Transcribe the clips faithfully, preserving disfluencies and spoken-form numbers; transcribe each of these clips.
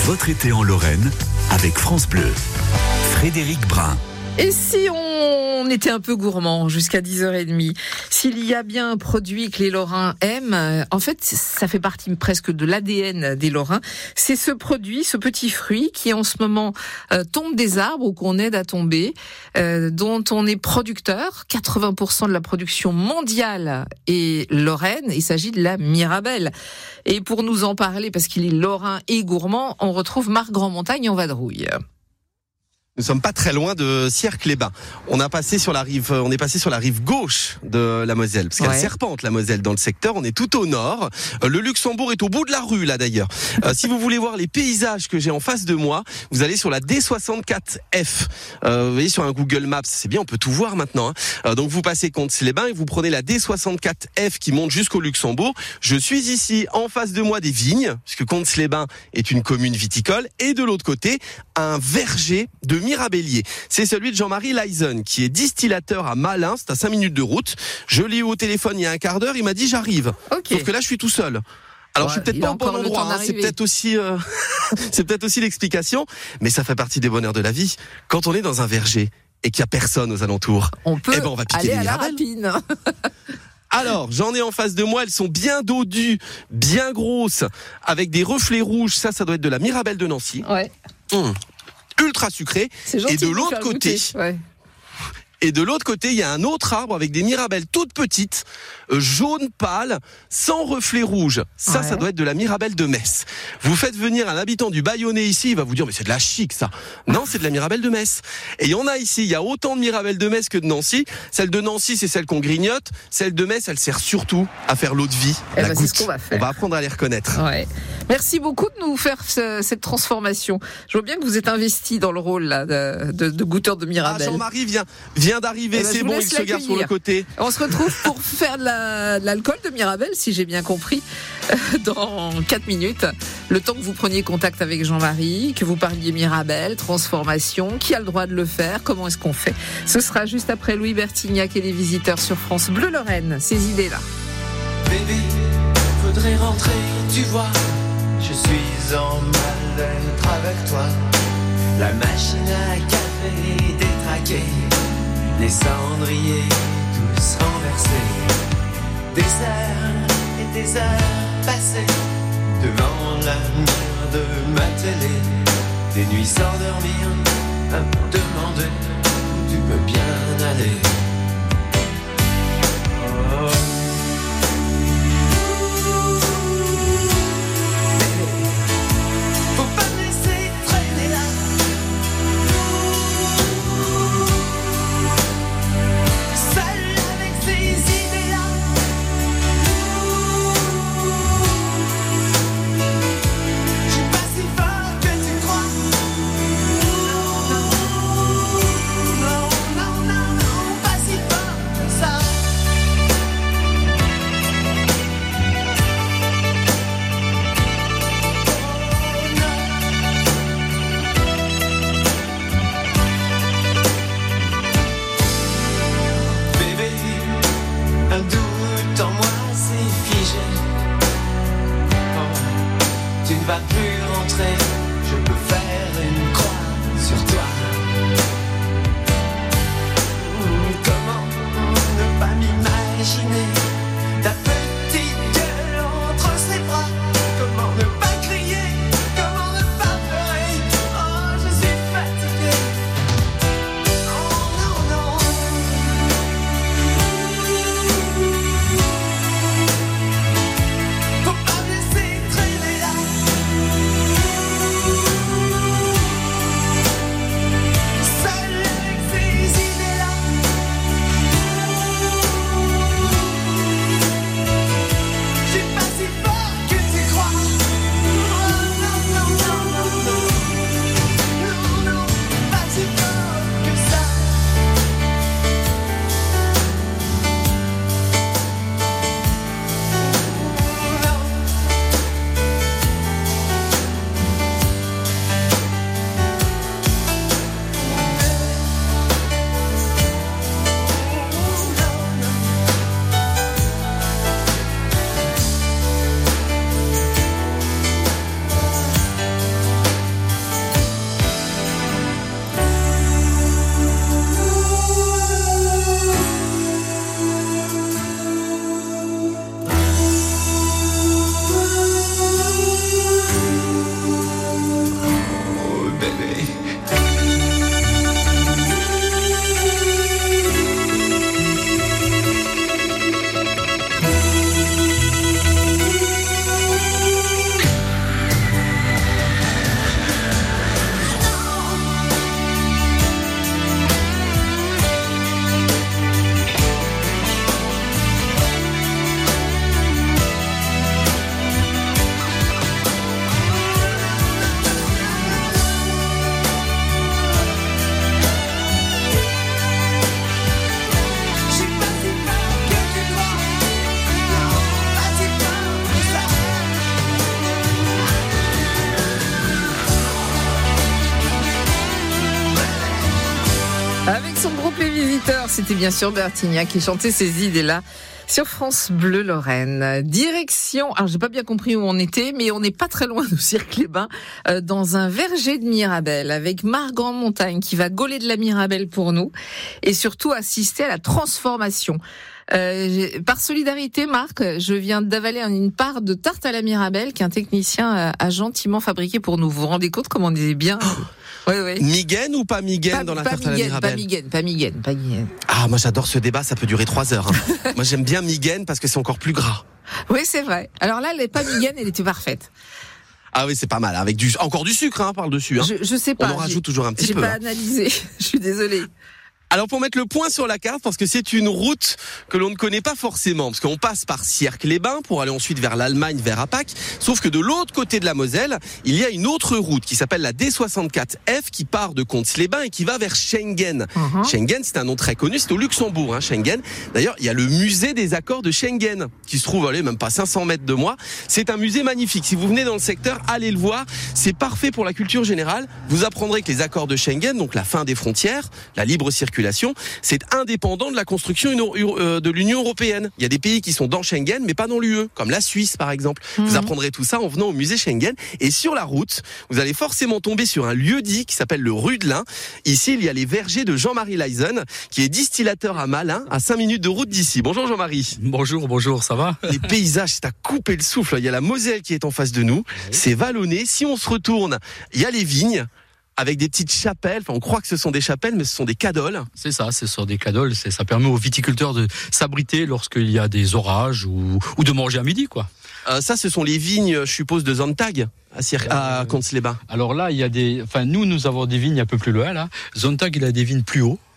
Votre été en Lorraine avec France Bleu. Frédéric Brun. Et si on était un peu gourmand jusqu'à dix heures trente, s'il y a bien un produit que les Lorrains aiment, en fait, ça fait partie presque de l'A D N des Lorrains, c'est ce produit, ce petit fruit qui en ce moment euh, tombe des arbres ou qu'on aide à tomber, euh, dont on est producteur. quatre-vingts pour cent de la production mondiale est lorraine. Il s'agit de la Mirabelle. Et pour nous en parler, parce qu'il est lorrain et gourmand, on retrouve Marc Grandmontagne en vadrouille. Nous sommes pas très loin de Sierck-les-Bains. On a passé sur la rive, on est passé sur la rive gauche de la Moselle, parce qu'elle ouais. serpente la Moselle dans le secteur. On est tout au nord. Le Luxembourg est au bout de la rue là d'ailleurs. Euh, si vous voulez voir les paysages que j'ai en face de moi, vous allez sur la D soixante-quatre F. Euh, vous voyez sur un Google Maps, c'est bien, on peut tout voir maintenant. Hein. Euh, donc vous passez Comtes-les-Bains et vous prenez la D soixante-quatre F qui monte jusqu'au Luxembourg. Je suis ici en face de moi des vignes, puisque Comtes-les-Bains est une commune viticole, et de l'autre côté un verger de mirabellier. C'est celui de Jean-Marie Leisen, qui est distillateur à Malins, c'est à cinq minutes de route. Je l'ai eu au téléphone il y a un quart d'heure, il m'a dit j'arrive. Okay. Sauf que là je suis tout seul. Alors ouais, je suis peut-être pas au bon endroit, hein, c'est peut-être aussi euh, c'est peut-être aussi l'explication, mais ça fait partie des bonheurs de la vie. Quand on est dans un verger et qu'il y a personne aux alentours, on peut eh ben on va piquer aller des à la mirabelles. rapine. Alors, j'en ai en face de moi, elles sont bien dodues, bien grosses, avec des reflets rouges. Ça, ça doit être de la Mirabelle de Nancy. Ouais. Mmh. Ultra sucré. C'est gentil et de l'autre côté, ouais. et de l'autre côté, il y a un autre arbre avec des mirabelles toutes petites, euh, jaunes pâles, sans reflets rouges. Ça, ouais. ça doit être de la Mirabelle de Metz. Vous faites venir un habitant du Bayonnais ici, il va vous dire mais c'est de la chic ça. Non, c'est de la Mirabelle de Metz. Et il y en a ici, il y a autant de Mirabelle de Metz que de Nancy. Celle de Nancy, c'est celle qu'on grignote. Celle de Metz, elle sert surtout à faire l'eau de vie, eh la ben, goutte. C'est ce qu'on va faire. On va apprendre à les reconnaître. Ouais. Merci beaucoup de nous faire ce, cette transformation. Je vois bien que vous êtes investi dans le rôle là, de, de, de goûteur de Mirabelle. Ah, Jean-Marie vient, vient d'arriver, eh ben, c'est bon, il se garde sur le côté. On se retrouve pour faire de, la, de l'alcool de Mirabelle, si j'ai bien compris, euh, dans quatre minutes. Le temps que vous preniez contact avec Jean-Marie, que vous parliez Mirabelle, transformation, qui a le droit de le faire, comment est-ce qu'on fait? Ce sera juste après Louis Bertignac et les visiteurs sur France Bleu Lorraine. Ces idées-là. Bébé, faudrait rentrer, tu vois. Je suis en mal-être avec toi. La machine à café détraquée, les cendriers tous renversés. Des heures et des heures passées devant la lumière de ma télé. Des nuits sans dormir, à me demander où tu peux bien aller. Oh. compositeur, c'était bien sûr Bertignac qui chantait ces idées-là sur France Bleu Lorraine. Direction, alors j'ai pas bien compris où on était, mais on n'est pas très loin de Cirque-les-Bains, euh, dans un verger de Mirabelle, avec Marc Grandmontagne qui va gauler de la Mirabelle pour nous, et surtout assister à la transformation. Euh, par solidarité, Marc, je viens d'avaler une part de tarte à la Mirabelle qu'un technicien a, a gentiment fabriqué pour nous. Vous vous rendez compte comment on est bien? Oui, oui. Migaine ou pas Migaine dans la pas tarte Migaine, à la Mirabelle? Pas Migaine, pas Migaine, pas Migaine. Ah, moi j'adore ce débat, ça peut durer trois heures. Hein. Moi j'aime bien Migaine parce que c'est encore plus gras. Oui, c'est vrai. Alors là, elle n'est pas Migaine, elle était parfaite. Ah oui, c'est pas mal, avec du encore du sucre, hein, par-dessus. Hein. Je, je sais pas. On en rajoute toujours un petit peu. peu. J'ai pas hein. analysé, je suis désolée. Alors pour mettre le point sur la carte, parce que c'est une route que l'on ne connaît pas forcément, parce qu'on passe par Cirque-les-Bains pour aller ensuite vers l'Allemagne, vers Apac, sauf que de l'autre côté de la Moselle, il y a une autre route qui s'appelle la D soixante-quatre F qui part de Comps-les-Bains et qui va vers Schengen. Uh-huh. Schengen, c'est un nom très connu, c'est au Luxembourg, hein, Schengen. D'ailleurs, il y a le musée des accords de Schengen qui se trouve, allez, même pas cinq cents mètres de moi. C'est un musée magnifique. Si vous venez dans le secteur, allez le voir. C'est parfait pour la culture générale. Vous apprendrez que les accords de Schengen, donc la fin des frontières, la libre circulation, c'est indépendant de la construction de l'Union européenne. Il y a des pays qui sont dans Schengen, mais pas dans l'U E, comme la Suisse par exemple. Mmh. Vous apprendrez tout ça en venant au musée Schengen. Et sur la route, vous allez forcément tomber sur un lieu-dit qui s'appelle le Rudelin. Ici, il y a les vergers de Jean-Marie Leisen, qui est distillateur à Malin, à cinq minutes de route d'ici. Bonjour Jean-Marie. Bonjour, bonjour, ça va? Les paysages, c'est à couper le souffle. Il y a la Moselle qui est en face de nous. Oui. C'est vallonné. Si on se retourne, il y a les vignes, avec des petites chapelles, enfin on croit que ce sont des chapelles, mais ce sont des cadoles. C'est ça, ce sont des cadoles, c'est, ça permet aux viticulteurs de s'abriter lorsqu'il y a des orages ou, ou de manger à midi, quoi. Euh, ça, ce sont les vignes, je suppose, de Zontag à, Cir- à Comps-les-Bains. Alors là, il y a des, enfin nous, nous avons des vignes un peu plus loin, là. Zontag, il a des vignes plus haut.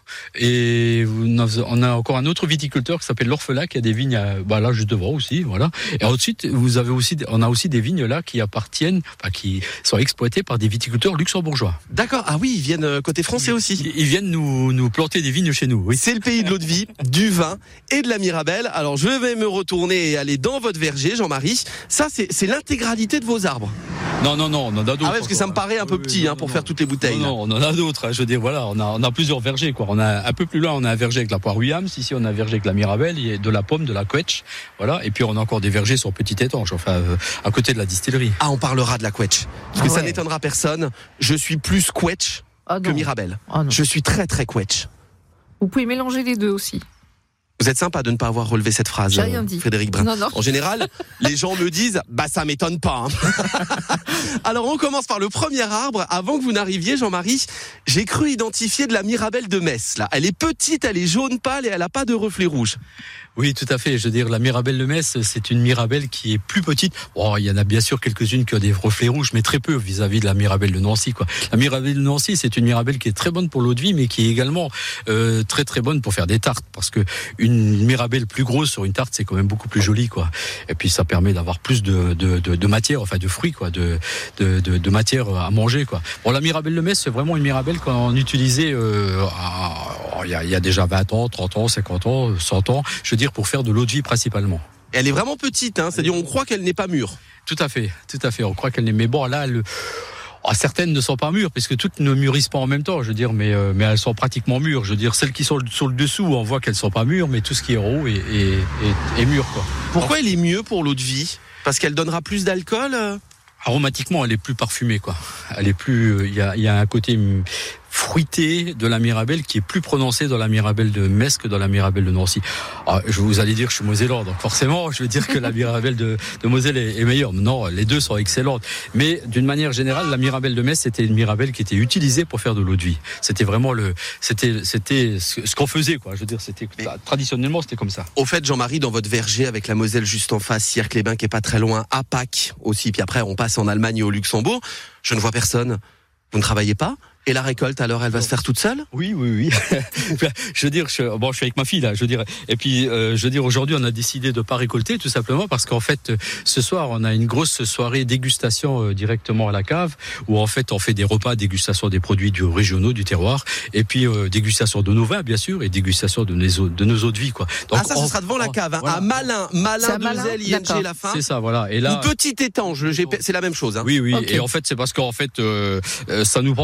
Et on a encore un autre viticulteur qui s'appelle l'Orphelin qui a des vignes à, bah là juste devant aussi, voilà. Et ensuite vous avez aussi, on a aussi des vignes là qui appartiennent, enfin qui sont exploitées par des viticulteurs luxembourgeois. D'accord. Ah oui, ils viennent côté français aussi. Ils, ils viennent nous nous planter des vignes chez nous. Oui. C'est le pays de l'eau de vie, du vin et de la Mirabelle. Alors je vais me retourner et aller dans votre verger, Jean-Marie. Ça c'est, c'est l'intégralité de vos arbres. Non, non, non, on en a d'autres. Ah ouais, parce que ça me paraît un peu oui, petit oui, hein, pour non, faire toutes les bouteilles. Non, non, on en a d'autres. Hein, je veux dire, voilà, on a, on a plusieurs vergers, quoi. On a un peu plus loin, on a un verger avec la poire Williams. Ici, on a un verger avec la Mirabelle, il y a de la pomme, de la quetch. Voilà. Et puis, on a encore des vergers sur Petit Étanche, enfin, euh, à côté de la distillerie. Ah, on parlera de la quetch. Parce ah que ouais. ça n'étonnera personne. Je suis plus quetch oh que Mirabelle. Oh je suis très, très quetch. Vous pouvez mélanger les deux aussi. Vous êtes sympa de ne pas avoir relevé cette phrase, J'ai rien dit. Frédéric Brun. Non, non. En général, les gens me disent, bah ça m'étonne pas. Hein. Alors on commence par le premier arbre. Avant que vous n'arriviez, Jean-Marie, j'ai cru identifier de la Mirabelle de Metz. Là, elle est petite, elle est jaune pâle et elle a pas de reflet rouge. Oui, tout à fait. Je veux dire, la Mirabelle de Metz, c'est une Mirabelle qui est plus petite. Bon, il y en a bien sûr quelques-unes qui ont des reflets rouges, mais très peu vis-à-vis de la Mirabelle de Nancy, quoi. La Mirabelle de Nancy, c'est une Mirabelle qui est très bonne pour l'eau de vie, mais qui est également euh, très très bonne pour faire des tartes, parce que une Mirabelle plus grosse sur une tarte, c'est quand même beaucoup plus joli, quoi. Et puis ça permet d'avoir plus de de, de, de matière, enfin de fruits, quoi, de de, de de matière à manger, quoi. Bon, la Mirabelle de Metz, c'est vraiment une Mirabelle qu'on utilisait euh, il y a, il y a déjà vingt ans, trente ans, cinquante ans, cent ans. Je veux dire, pour faire de l'eau de vie principalement. Elle est vraiment petite, hein, c'est-à-dire on croit qu'elle n'est pas mûre. Tout à fait, tout à fait. On croit qu'elle n'est. Mais bon, là, elle... oh, certaines ne sont pas mûres, puisque toutes ne mûrissent pas en même temps. Je veux dire, mais euh, mais elles sont pratiquement mûres. Je veux dire, celles qui sont sur le dessous, on voit qu'elles sont pas mûres, mais tout ce qui est en haut est, est, est, est mûr, quoi. Pourquoi elle est mieux pour l'eau de vie? Parce qu'elle donnera plus d'alcool. Aromatiquement, elle est plus parfumée, quoi. Elle est plus. Il y a il y a un côté fruité de la Mirabelle qui est plus prononcé dans la Mirabelle de Metz que dans la Mirabelle de Nancy. Alors, je vous allez dire que je suis mosellan, donc forcément je vais dire que la Mirabelle de, de Moselle est, est meilleure. Non, les deux sont excellentes. Mais d'une manière générale, la Mirabelle de Metz, c'était une Mirabelle qui était utilisée pour faire de l'eau de vie. C'était vraiment le, c'était, c'était ce qu'on faisait, quoi. Je veux dire, c'était Mais traditionnellement c'était comme ça. Au fait, Jean-Marie, dans votre verger avec la Moselle juste en face, Cirque-les-Bains qui est pas très loin, Apac aussi, puis après on passe en Allemagne et au Luxembourg. Je ne vois personne. Vous ne travaillez pas? Et la récolte, alors, elle va non. se faire toute seule? Oui, oui, oui. je veux dire, je, bon, je suis avec ma fille, là, je veux dire. Et puis, euh, je veux dire, aujourd'hui, on a décidé de pas récolter, tout simplement, parce qu'en fait, ce soir, on a une grosse soirée dégustation euh, directement à la cave, où en fait, on fait des repas, dégustation des produits du régionaux, du terroir, et puis euh, dégustation de nos vins, bien sûr, et dégustation de nos eaux de, nos eaux de vie, quoi. Donc, ah, ça, on, ce sera devant on, la cave, hein, voilà. À Malin, Malin de Zell, I N G, la fin. C'est ça, voilà. Et là, ou Petit Étange, le G P, c'est la même chose, hein. Oui, oui. Okay. Et en fait, c'est parce qu'en fait, euh, ça nous prend quand même beaucoup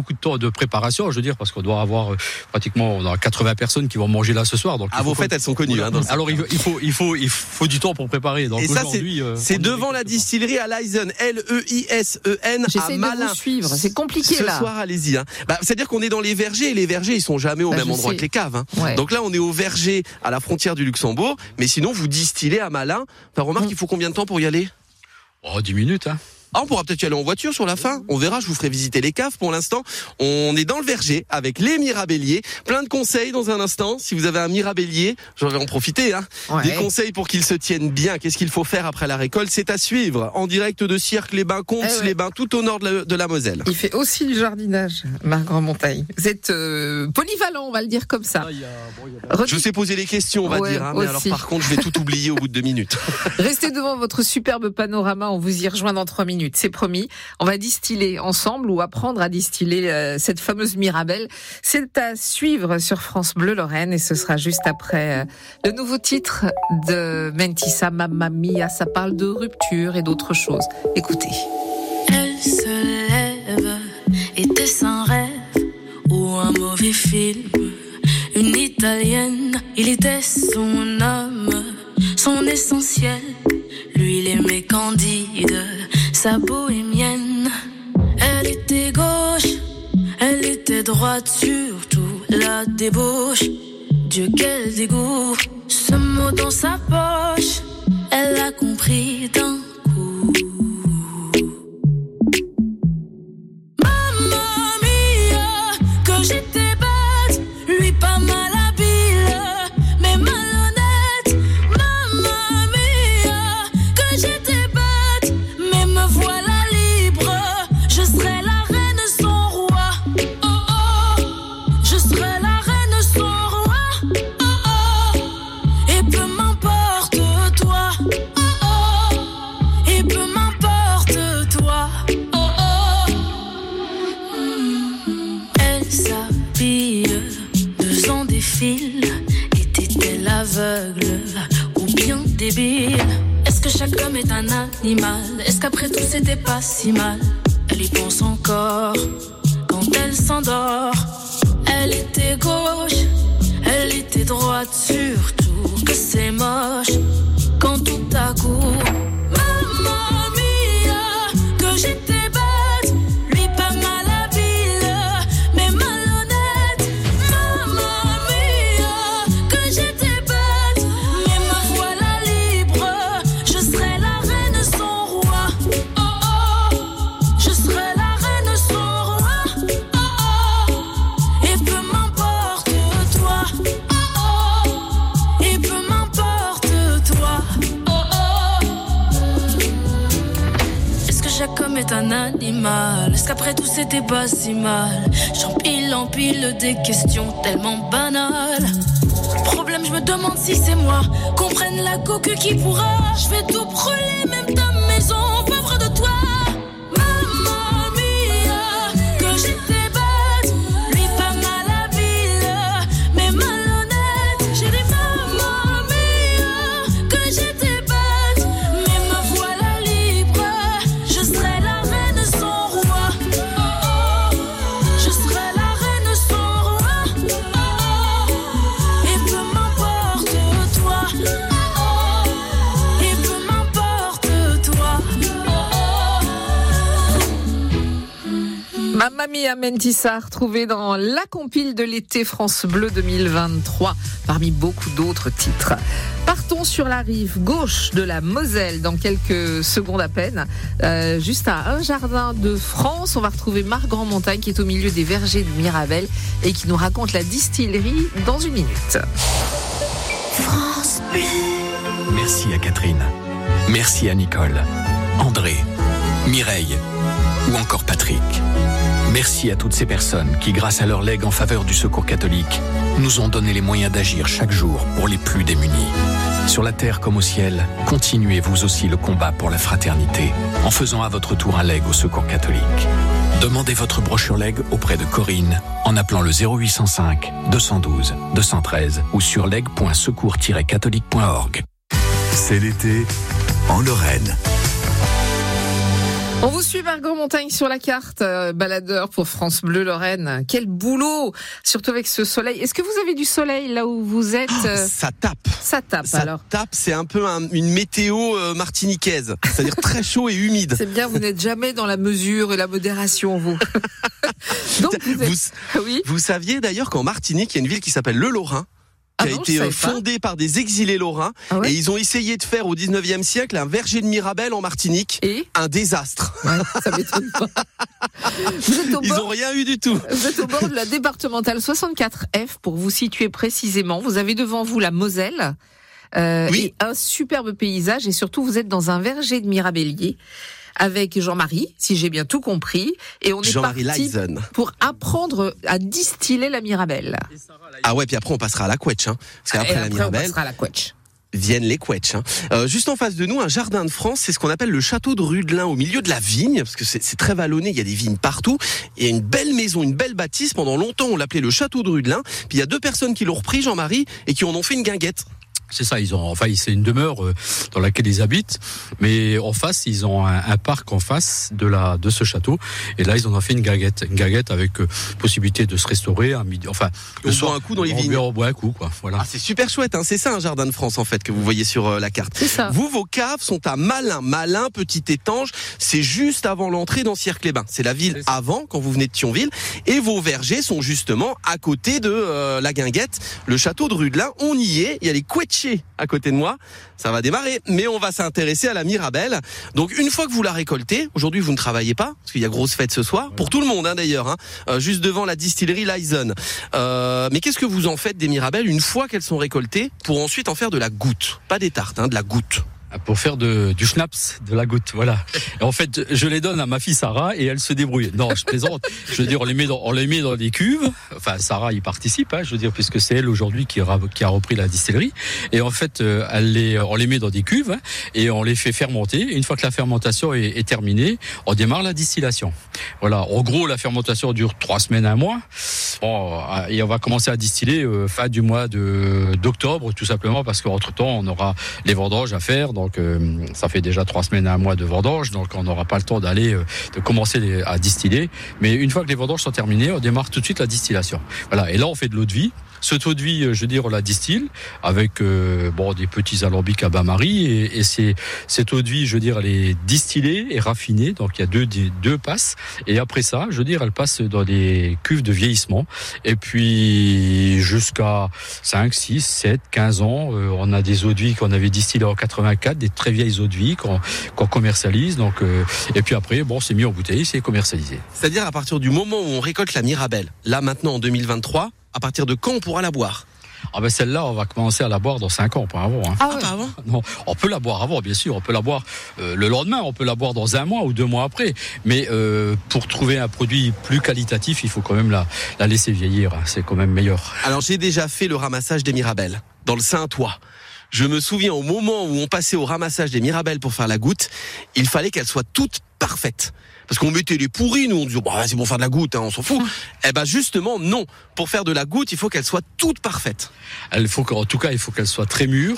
beaucoup de temps de préparation, je veux dire, parce qu'on doit avoir euh, pratiquement on a quatre-vingts personnes qui vont manger là ce soir. Donc ah, vos fêtes, elles sont connues. Hein, dans Alors il faut, il faut, il faut du temps pour préparer. Donc et ça, c'est, euh, c'est devant la distillerie à Leisen, L E I S E N, J'essaie à Malin. de vous suivre, c'est compliqué ce là. Ce soir, allez-y. Hein. Bah, c'est-à-dire qu'on est dans les vergers, et les vergers, ils sont jamais au bah, même endroit sais. que les caves. Hein. Ouais. Donc là, on est au verger à la frontière du Luxembourg, mais sinon, vous distillez à Malin. Enfin, remarque, mmh. il faut combien de temps pour y aller ? Oh, dix minutes, hein. Ah, on pourra peut-être y aller en voiture sur la fin. On verra, je vous ferai visiter les caves. Pour l'instant, on est dans le verger avec les mirabelliers. Plein de conseils dans un instant. Si vous avez un mirabellier, j'en vais en profiter. Hein. Ouais. Des conseils pour qu'il se tienne bien. Qu'est-ce qu'il faut faire après la récolte ? C'est à suivre en direct de Sierck-les-Bains, Comps-les-Bains, tout au nord de la, de la Moselle. Il fait aussi le jardinage, Marc Grandmontagne. Vous êtes euh, polyvalent, on va le dire comme ça. Ah, y a, bon, y a... Je sais poser les questions, on va ouais, dire. Hein, mais alors, par contre, je vais tout oublier au bout de deux minutes. Restez devant votre superbe panorama. On vous y rejoint dans trois minutes. C'est promis. On va distiller ensemble ou apprendre à distiller euh, cette fameuse Mirabelle. C'est à suivre sur France Bleu Lorraine et ce sera juste après euh, le nouveau titre de Mentissa, Mamma Mia. Ça parle de rupture et d'autres choses. Écoutez. Elle se lève, était-ce un rêve ou un mauvais film ? Une Italienne, il était son âme, son essentiel. Lui, il aimait Candide, sa bohémienne. Elle était gauche, elle était droite, surtout la débauche. Dieu, quel dégoût, ce mot dans sa poche, elle a compris d'un coup. Mamma mia, que j'étais bête, lui pas mal habile, mais malhonnête. Mamma mia, que j'étais bête, mais me voilà libre. Je serai la reine sans roi. Oh oh, je serai la reine sans roi. Oh oh, et peu m'importe toi. Oh oh, et peu m'importe toi. Oh oh, elle s'habille, deux ans défilent. Était-elle aveugle ou bien débile? Est-ce que chaque homme est un animal? Est-ce qu'après tout c'était pas si mal? Elle y pense encore quand elle s'endort. Elle était gauche, elle était droite, surtout que c'est moche quand tout à coup, mamma mia, que j'étais bête, lui pas mal habile, mais malhonnête. Mamma mia, que j'étais bête, mais me voilà libre. Je serai la reine sans roi. Oh oh, je serai la reine sans roi. Oh oh, et peu m'importe toi. Oh oh, et peu m'importe toi. Oh oh, est-ce que chaque homme est un animal? Est-ce qu'après tout c'était pas si mal? J'empile, empile des questions tellement banales. Problème, je me demande si c'est moi. Qu'on prenne la coque qui pourra. Je vais tout brûler, même ta maison, pauvre de toi. Mamma mia, que j'étais bête, lui pas mal habile, mais malhonnête. J'ai dit mamma mia, que j'étais bête, mais me voilà libre. Je serai la reine sans roi. Oh oh, je serai la reine sans roi. Oh oh, et peu m'importe toi. Oh oh, et peu m'importe toi. Mamma Mia, Mentissa, retrouvée dans la compile de l'été France Bleu deux mille vingt-trois, parmi beaucoup d'autres titres. Partons sur la rive gauche de la Moselle dans quelques secondes à peine. Euh, juste à un jardin de France, on va retrouver Marc Grandmontagne qui est au milieu des vergers de Mirabelle et qui nous raconte la distillerie dans une minute. France Bleu. Merci à Catherine. Merci à Nicole, André, Mireille ou encore Patrick. Merci à toutes ces personnes qui, grâce à leur legs en faveur du Secours catholique, nous ont donné les moyens d'agir chaque jour pour les plus démunis. Sur la terre comme au ciel, continuez vous aussi le combat pour la fraternité en faisant à votre tour un leg au Secours catholique. Demandez votre brochure leg auprès de Corinne en appelant le zéro huit cent cinq deux cent douze deux cent treize ou sur leg point secours tiret catholique point org. C'est l'été en Lorraine. On vous suit Margot Montagne sur la carte, euh, baladeur pour France Bleu Lorraine. Quel boulot, surtout avec ce soleil. Est-ce que vous avez du soleil là où vous êtes euh... Ça tape. Ça tape ça alors. Ça tape, c'est un peu un, une météo euh, martiniquaise, c'est-à-dire très chaud et humide. C'est bien, vous n'êtes jamais dans la mesure et la modération, vous. Donc vous, êtes... vous, oui. vous saviez d'ailleurs qu'en Martinique, il y a une ville qui s'appelle Le Lorrain, qui ah a non, été fondée par des exilés lorrains, ah ouais. Et ils ont essayé de faire au dix-neuvième siècle un verger de Mirabelle en Martinique. Et un désastre. Ouais, ça m'étonne pas. Vous êtes au ils bord, ont rien eu du tout. Vous êtes au bord de la départementale soixante-quatre F pour vous situer précisément. Vous avez devant vous la Moselle. Euh, oui. Et un superbe paysage et surtout vous êtes dans un verger de mirabelliers avec Jean-Marie, si j'ai bien tout compris, et on est Jean-Marie parti Leisen. pour apprendre à distiller la Mirabelle. Ah ouais, puis après on passera à la Quetch, hein, parce qu'après et la après Mirabelle, on passera à la Quetch. Viennent les Quetch. Hein. Euh, juste en face de nous, un jardin de France, c'est ce qu'on appelle le château de Rudelin, au milieu de la vigne, parce que c'est, c'est très vallonné, il y a des vignes partout. Il y a une belle maison, une belle bâtisse. Pendant longtemps, on l'appelait le château de Rudelin. Puis il y a deux personnes qui l'ont repris, Jean-Marie, et qui en ont fait une guinguette. C'est ça, ils ont, enfin, c'est une demeure euh, dans laquelle ils habitent, mais en face, ils ont un, un parc en face de la, de ce château, et là, ils en ont fait une guinguette, une guinguette avec euh, possibilité de se restaurer, un midi, enfin, le soir, un coup dans les vignes. On boit un coup, quoi, voilà. Ah, c'est super chouette, hein, c'est ça un jardin de France, en fait, que vous voyez sur euh, la carte. C'est ça. Vous, vos caves sont à Malin, Malin, petit étange, c'est juste avant l'entrée dans Sierre-les-Bains. C'est la ville c'est avant, quand vous venez de Thionville, et vos vergers sont justement à côté de euh, la guinguette, le château de Rudelin. On y est, il y a les Quetchés à côté de moi, ça va démarrer, mais on va s'intéresser à la Mirabelle. Donc une fois que vous la récoltez, aujourd'hui vous ne travaillez pas, parce qu'il y a grosse fête ce soir, pour tout le monde hein, d'ailleurs, hein, euh, juste devant la distillerie Leisen. Euh, mais qu'est-ce que vous en faites des Mirabelles une fois qu'elles sont récoltées, pour ensuite en faire de la goutte, pas des tartes, hein, de la goutte? Pour faire de, du schnapps, de la goutte, voilà. Et en fait, je les donne à ma fille Sarah et elle se débrouille. Non, je plaisante. Je veux dire, on les met dans, on les met dans des cuves. Enfin, Sarah y participe, hein, je veux dire, puisque c'est elle aujourd'hui qui, qui a repris la distillerie. Et en fait, elle les, on les met dans des cuves hein, et on les fait fermenter. Et une fois que la fermentation est, est terminée, on démarre la distillation. Voilà. En gros, la fermentation dure trois semaines, un mois. Bon, et on va commencer à distiller euh, fin du mois de, d'octobre, tout simplement, parce qu'entre temps, on aura les vendanges à faire. Donc euh, ça fait déjà trois semaines à un mois de vendange, donc on n'aura pas le temps d'aller euh, de commencer les, à distiller. Mais une fois que les vendanges sont terminées, on démarre tout de suite la distillation. Voilà. Et là, on fait de l'eau de vie. Cette eau de vie, je veux dire, on la distille avec euh, bon des petits alambics à bain-marie et, et c'est cette eau de vie, je veux dire, elle est distillée et raffinée. Donc il y a deux deux passes. Et après ça, je veux dire, elle passe dans des cuves de vieillissement. Et puis jusqu'à cinq, six, sept, quinze ans, euh, on a des eaux de vie qu'on avait distillées en quatre-vingt-quatre, des très vieilles eaux de vie qu'on, qu'on commercialise. Donc euh, et puis après, bon, c'est mis en bouteille, c'est commercialisé. C'est-à-dire à partir du moment où on récolte la Mirabelle, là maintenant en deux mille vingt-trois. À partir de quand on pourra la boire? Ah ben celle-là, on va commencer à la boire dans cinq ans, pas avant. Hein. Ah, ouais. ah pas avant? Non, on peut la boire avant, bien sûr. On peut la boire euh, le lendemain, on peut la boire dans un mois ou deux mois après. Mais euh, pour trouver un produit plus qualitatif, il faut quand même la, la laisser vieillir. Hein. C'est quand même meilleur. Alors j'ai déjà fait le ramassage des Mirabelles dans le Saintois. Je me souviens au moment où on passait au ramassage des Mirabelles pour faire la goutte, il fallait qu'elles soient toutes parfaites. Parce qu'on mettait les pourris, nous on disait bah, c'est pour faire de la goutte, hein, on s'en fout. Eh ben justement non, pour faire de la goutte, il faut qu'elle soit toute parfaite. Il faut qu'en tout cas, il faut qu'elle soit très mûre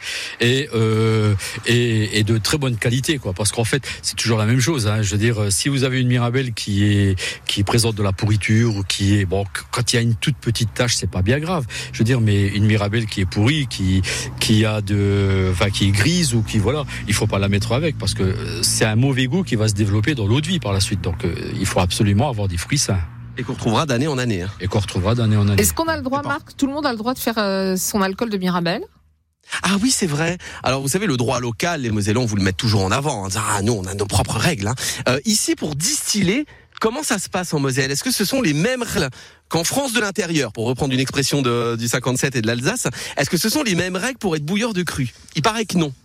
et, euh, et et de très bonne qualité, quoi. Parce qu'en fait, c'est toujours la même chose. Hein. Je veux dire, si vous avez une Mirabelle qui est qui présente de la pourriture ou qui est bon, quand il y a une toute petite tache, c'est pas bien grave. Je veux dire, mais une Mirabelle qui est pourrie, qui qui a de, enfin qui est grise ou qui voilà, il faut pas la mettre avec parce que c'est un mauvais goût qui va se développer dans l'eau de vie par la suite. Donc, euh, il faut absolument avoir des fruits sains. Et qu'on retrouvera d'année en année. Hein. Et qu'on retrouvera d'année en année. Est-ce qu'on a le droit, Marc, tout le monde a le droit de faire euh, son alcool de Mirabelle? Ah oui, c'est vrai. Alors vous savez, le droit local, les Mosellans vous le mettent toujours en avant. En disant, ah nous, on a nos propres règles. Hein. Euh, ici, pour distiller, comment ça se passe en Moselle? Est-ce que ce sont les mêmes règles qu'en France de l'intérieur, pour reprendre une expression de, du cinquante-sept et de l'Alsace? Est-ce que ce sont les mêmes règles pour être bouilleur de cru? Il paraît que non.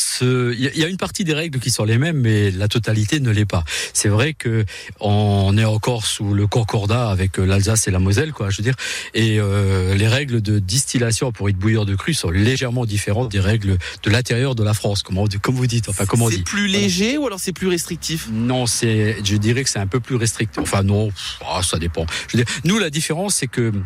Il y, y a une partie des règles qui sont les mêmes, mais la totalité ne l'est pas. C'est vrai que on est encore sous le concordat avec l'Alsace et la Moselle, quoi, je veux dire. Et euh, les règles de distillation pour être bouilleur de cru sont légèrement différentes des règles de l'intérieur de la France, comme, on, comme vous dites. Enfin, comment on dit. C'est plus léger voilà. Ou alors c'est plus restrictif? Non, c'est, je dirais que c'est un peu plus restrictif. Enfin non, oh, ça dépend. Je veux dire, nous la différence c'est que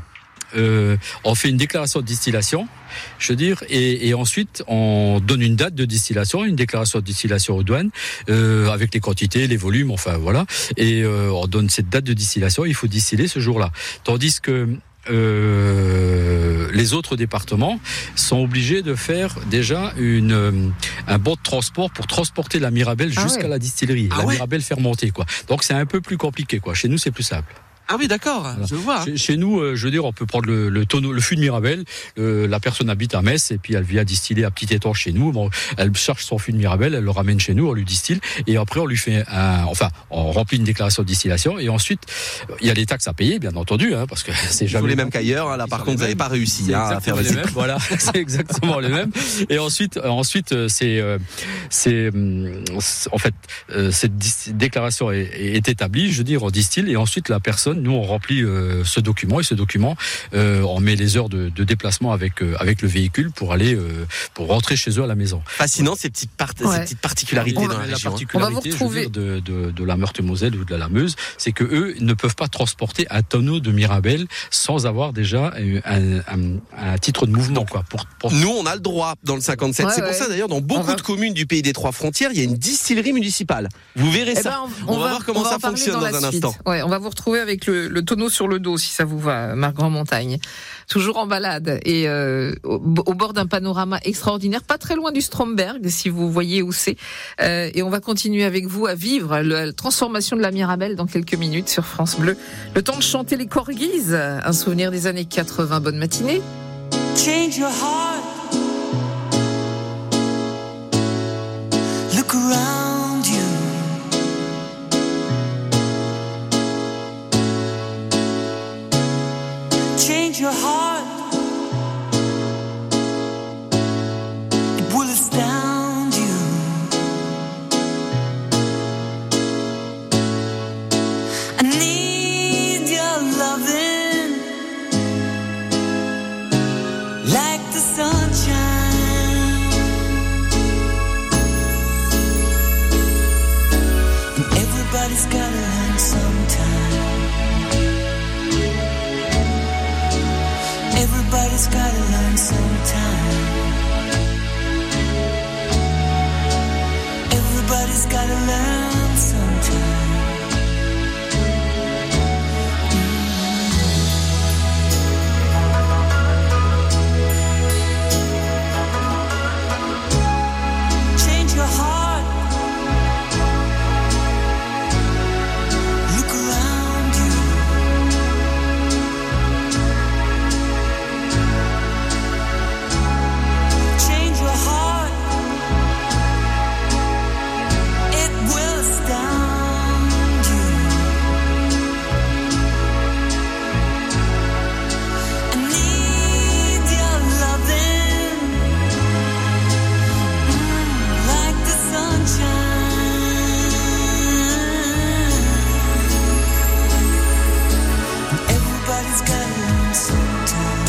euh, on fait une déclaration de distillation, je veux dire, et, et ensuite on donne une date de distillation, une déclaration de distillation aux douanes, euh, avec les quantités, les volumes, enfin voilà, et euh, on donne cette date de distillation. Il faut distiller ce jour-là, tandis que Euh, les autres départements sont obligés de faire déjà une, euh, un bon de transport pour transporter la Mirabelle ah jusqu'à ouais. la distillerie, ah la ouais. Mirabelle fermentée, quoi. Donc c'est un peu plus compliqué, quoi. Chez nous, c'est plus simple. Ah oui, d'accord, voilà. Je vois. Chez, chez nous, euh, je veux dire, on peut prendre le, le tonneau, le fût de Mirabelle. Euh, la personne habite à Metz et puis elle vient distiller à petit étanche chez nous. Bon, elle charge son fût de Mirabelle, elle le ramène chez nous, on lui distille et après on lui fait un, enfin, on remplit une déclaration de distillation et ensuite il y a les taxes à payer, bien entendu, hein, parce que c'est jamais les mêmes qu'ailleurs. Hein, là, par contre, vous n'avez pas réussi hein, à faire les mêmes. Voilà, c'est exactement les mêmes. Et ensuite, ensuite, c'est, c'est, en fait, cette déclaration est, est établie. Je veux dire, on distille et ensuite la personne, nous, on remplit euh, ce document et ce document, euh, on met les heures de, de déplacement avec euh, avec le véhicule pour aller euh, pour rentrer chez eux à la maison. Fascinant ces petites part- ouais. ces petites particularités on dans va, la, la région. particularité, je veux dire, de, de de la Meurthe-et-Moselle ou de la Meuse, c'est que eux ne peuvent pas transporter un tonneau de Mirabelle sans avoir déjà un, un, un titre de mouvement, quoi. Pour, pour... Nous, on a le droit dans le cinquante-sept. Ouais, c'est ouais. pour ça d'ailleurs, dans beaucoup va... de communes du pays des Trois Frontières, il y a une distillerie municipale. Vous verrez eh ça. Ben, on, on, on va voir comment ça fonctionne dans, dans un instant. Ouais, on va vous retrouver avec le, le tonneau sur le dos, si ça vous va, Marc Grandmontagne. Toujours en balade et euh, au, au bord d'un panorama extraordinaire, pas très loin du Stromberg, si vous voyez où c'est. Euh, et on va continuer avec vous à vivre la transformation de la Mirabelle dans quelques minutes sur France Bleu. Le temps de chanter les Corgis, un souvenir des années quatre-vingts. Bonne matinée. Change your heart. Look around you. Change your heart. It will astound you. I need your loving like the sunshine. And everybody's gotta learn sometime. Everybody's gotta learn sometime. Everybody's gotta learn sometime. Mm. Change your heart. Look around you. Change your heart. It will astound you. I need your loving, mm, like the sunshine. Everybody's gotta learn sometime.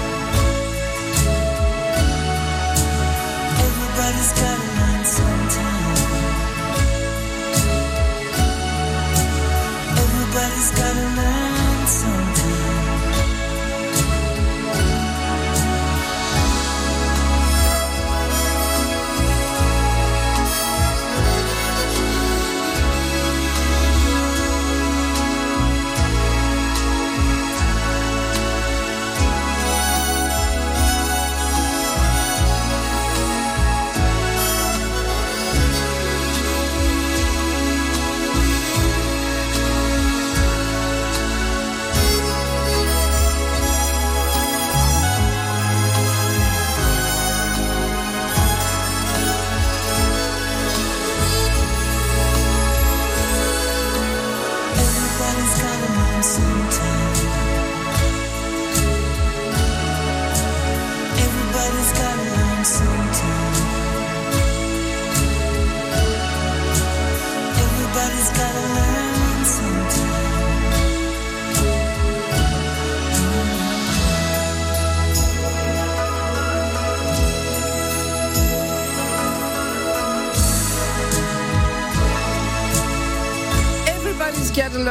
Everybody's gotta learn sometime. Everybody's gotta learn sometime. Everybody's gotta learn sometime. Everybody's gotta learn sometime. Everybody's gotta learn sometime. Everybody's gotta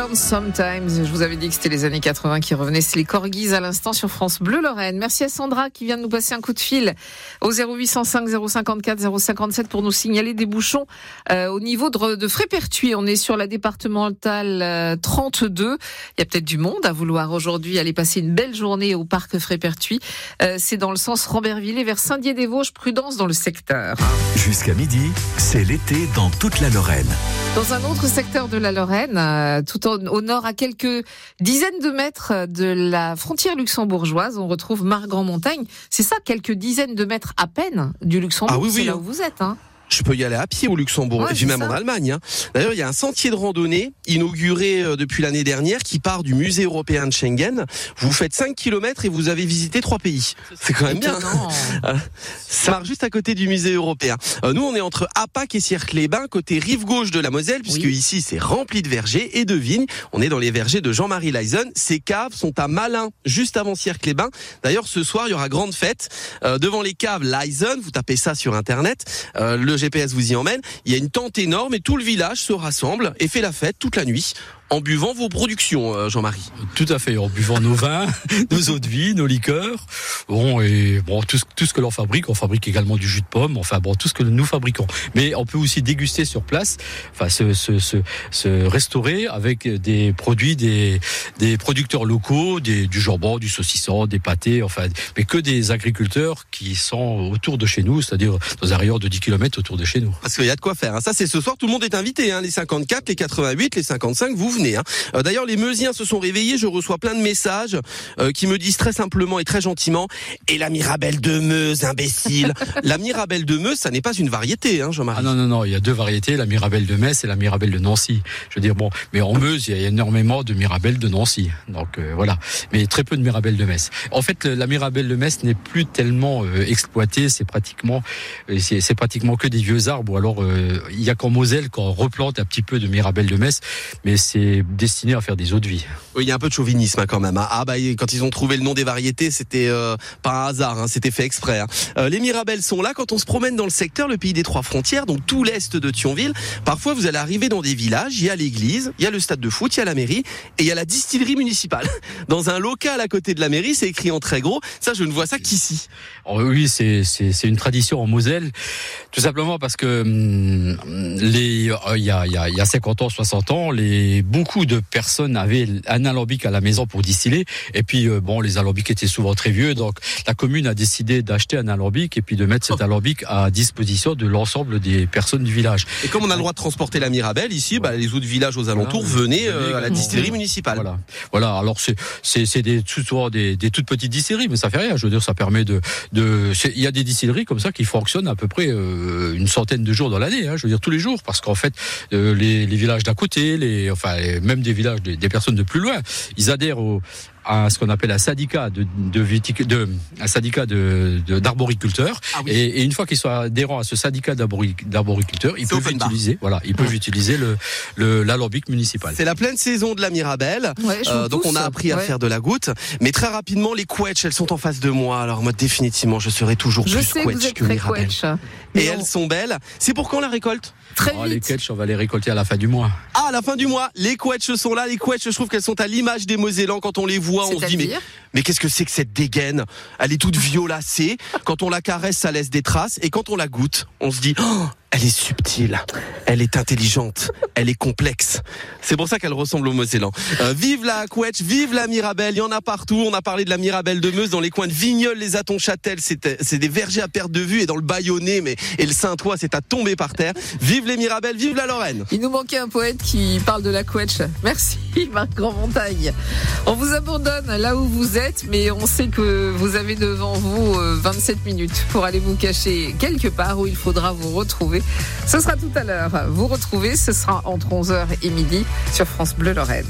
Burn Sometimes. Je vous avais dit que c'était les années quatre-vingts qui revenaient. C'est les Corgis à l'instant sur France Bleu Lorraine. Merci à Sandra qui vient de nous passer un coup de fil au zéro huit cent cinq zéro cinquante-quatre zéro cinquante-sept pour nous signaler des bouchons euh, au niveau de, de Frépertuis. On est sur la départementale euh, trente-deux. Il y a peut-être du monde à vouloir aujourd'hui aller passer une belle journée au parc Frépertuis. Euh, c'est dans le sens Rambervillers et vers Saint-Dié-des-Vosges. Prudence dans le secteur. Jusqu'à midi, c'est l'été dans toute la Lorraine. Dans un autre secteur de la Lorraine, euh, tout au, au nord, à quelques dizaines de mètres de la frontière luxembourgeoise, on retrouve Margrand-Montagne. C'est ça, quelques dizaines de mètres à peine du Luxembourg. Ah oui, oui, c'est là hein. où vous êtes, hein. Je peux y aller à pied au Luxembourg, Ouais, et puis même ça. en Allemagne. Hein. D'ailleurs, il y a un sentier de randonnée inauguré euh, depuis l'année dernière qui part du musée européen de Schengen. Vous faites cinq kilomètres et vous avez visité trois pays. C'est quand même bien. Étonnant. Ça marche juste à côté du musée européen. Euh, nous, on est entre Apac et Sierck-les-Bains, côté rive gauche de la Moselle, puisque Oui. ici, c'est rempli de vergers et de vignes. On est dans les vergers de Jean-Marie Leisen. Ces caves sont à Malin, juste avant Sierck-les-Bains. D'ailleurs, ce soir, il y aura grande fête. Euh, devant les caves Leisen, vous tapez ça sur Internet, euh, le G P S vous y emmène. Il y a une tente énorme et tout le village se rassemble et fait la fête toute la nuit en buvant vos productions, euh, Jean-Marie. Tout à fait, en buvant nos vins, nos eaux de vie, nos liqueurs. Bon, et bon, tout ce, tout ce que l'on fabrique, on fabrique également du jus de pomme, enfin bon, tout ce que nous fabriquons. Mais on peut aussi déguster sur place, enfin se, se, se, se restaurer avec des produits, des, des producteurs locaux, des, du jambon, du saucisson, des pâtés, enfin, mais que des agriculteurs qui sont autour de chez nous, c'est-à-dire dans un rayon de dix kilomètres autour de chez nous. Parce qu'il y a de quoi faire. Hein. Ça, c'est ce soir, tout le monde est invité. Hein. Les cinquante-quatre, les quatre-vingt-huit, les cinquante-cinq, vous venez. Hein. Euh, d'ailleurs, les Meusiens se sont réveillés. Je reçois plein de messages euh, qui me disent très simplement et très gentiment « Et la Mirabelle de Meuse, imbécile !» La Mirabelle de Meuse, ça n'est pas une variété, hein, Jean-Marie. Ah non, non, non, il y a deux variétés, la Mirabelle de Metz et la Mirabelle de Nancy. Je veux dire, bon, mais en Meuse, il y a énormément de Mirabelle de Nancy. Donc euh, voilà, mais très peu de Mirabelle de Metz. En fait, la Mirabelle de Metz n'est plus tellement euh, exploitée, c'est pratiquement, euh, c'est, c'est pratiquement que des vieux arbres. Ou alors, euh, il y a qu'en Moselle qu'on replante un petit peu de Mirabelle de Metz, mais c'est destiné à faire des eaux de vie. Oui, il y a un peu de chauvinisme hein, quand même. Hein. Ah bah quand ils ont trouvé le nom des variétés, c'était euh, pas un hasard, hein, c'était fait exprès. Hein. Euh, les Mirabelles sont là quand on se promène dans le secteur, le pays des Trois Frontières, donc tout l'est de Thionville. Parfois, vous allez arriver dans des villages, il y a l'église, il y a le stade de foot, il y a la mairie et il y a la distillerie municipale. Dans un local à côté de la mairie, c'est écrit en très gros. Ça, je ne vois ça qu'ici. Oh oui, c'est, c'est, c'est une tradition en Moselle, tout simplement parce que hum, les, euh, il y a, il y a, il y a cinquante ans, soixante ans, les, beaucoup de personnes avaient un alambic à la maison pour distiller. Et puis, euh, bon, les alambics étaient souvent très vieux, donc la commune a décidé d'acheter un alambic et puis de mettre cet alambic à disposition de l'ensemble des personnes du village. Et comme on a le droit de transporter la Mirabelle ici, bah, les autres villages aux alentours Voilà. venaient euh, à la distillerie municipale. Voilà. Voilà. Alors c'est c'est c'est des souvent des, des toutes petites distilleries, mais ça fait rien. Je veux dire, ça permet de de. Il y a des distilleries comme ça qui fonctionnent à peu près euh, une centaine de jours dans l'année. Hein, je veux dire tous les jours, parce qu'en fait euh, les, les villages d'à côté, les enfin les, même des villages des, des personnes de plus loin, ils adhèrent au à ce qu'on appelle un syndicat de, de, vitic, de un syndicat de, de d'arboriculteurs ah oui. et, et une fois qu'ils sont adhérents à ce syndicat d'arbori, d'arboriculteurs, ils C'est peuvent utiliser voilà ils peuvent utiliser le, le l'alambic municipal. C'est la pleine saison de la Mirabelle, Ouais, je euh, vous donc pousse. on a appris à Ouais. faire de la goutte, mais très rapidement les quetch elles sont en face de moi, alors moi définitivement je serai toujours Je plus sais que vous quetch êtes que très Mirabelle. quetch. Et Mais elles on- sont belles. C'est pour quand la récolte? Très Oh, les vite. quetch, on va les récolter à la fin du mois. Ah, à la fin du mois, les quetch sont là, les quetch, je trouve qu'elles sont à l'image des Mosellans. Quand on les voit, on se dit mais, C'est-à-dire mais qu'est-ce que c'est que cette dégaine? Elle est toute violacée. Quand on la caresse, ça laisse des traces. Et quand on la goûte, on se dit, oh, elle est subtile, elle est intelligente, elle est complexe. C'est pour ça qu'elle ressemble aux Mosellans. Euh, vive la quetch, vive la Mirabelle, il y en a partout. On a parlé de la Mirabelle de Meuse dans les coins de Vigneulles, les Atons-Châtel, c'est, c'est des vergers à perte de vue, et dans le Bayonnais, mais et le Saint-Ouen, c'est à tomber par terre. Vive les Mirabelles, vive la Lorraine. Il nous manquait un poète qui parle de la quetch. Merci Marc Grandmontagne. On vous abandonne là où vous êtes, mais on sait que vous avez devant vous vingt-sept minutes pour aller vous cacher quelque part où il faudra vous retrouver. Ce sera tout à l'heure. Vous retrouvez, ce sera entre onze heures et midi sur France Bleu Lorraine.